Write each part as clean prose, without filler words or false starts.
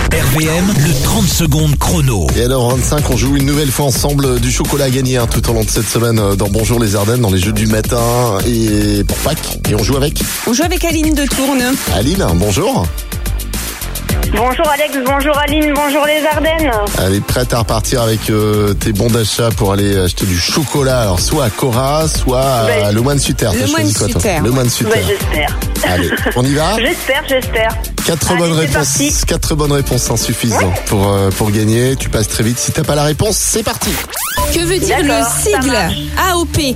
RVM, le 30 secondes chrono. Et alors 25, on joue une nouvelle fois ensemble du chocolat à gagner tout au long de cette semaine dans Bonjour les Ardennes, dans les jeux du matin et pour Pâques. Et on joue avec Aline de Tourne. Aline, bonjour. Bonjour Alex, bonjour Aline, bonjour les Ardennes. Elle est prête à repartir avec tes bons d'achat pour aller acheter du chocolat. Alors soit à Cora, soit à Le Moine Sutter. Le Moine Sutter. Le Moine Sutter. Ouais, j'espère. Allez, on y va? J'espère. Quatre Allez, bonnes c'est réponses. parti. 4 bonnes réponses insuffisant pour gagner. Tu passes très vite. Si t'as pas la réponse, c'est parti. Que veut dire D'accord, le ça sigle marche. AOP?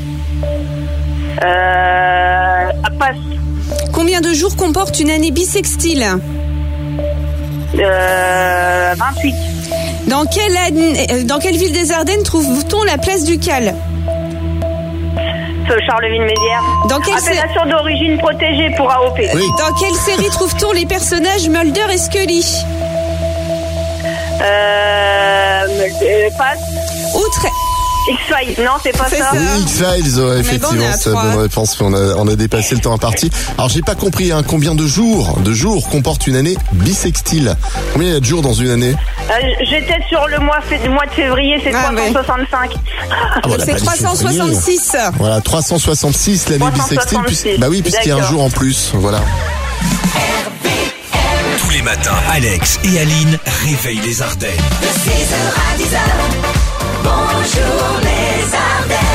Passe. Combien de jours comporte une année bissextile? 28. Dans quelle ville des Ardennes trouve-t-on la place du Cal? Charleville-Mézières. Dans quelle, Appellation d'origine protégée pour AOP. Oui. dans quelle série trouve-t-on les personnages Mulder et Scully? Passe. Outre. X-Files. Non, c'est pas C'est ça. ça. Oui, X-Files, on effectivement, est à c'est la 3. bonne réponse. On a dépassé le temps imparti. Alors, j'ai pas compris, combien de jours comporte une année bissextile? Combien il y a de jours dans une année? J'étais sur le mois de février, c'est 365. Voilà, C'est pas les 366. Voilà, 366 l'année bissextile. 366, Bah oui, puisqu'il y a un d'accord. jour en plus. Voilà. Tous les matins, Alex et Aline réveillent les Ardennes. De 6h à 10h, bonjour les Ardennes.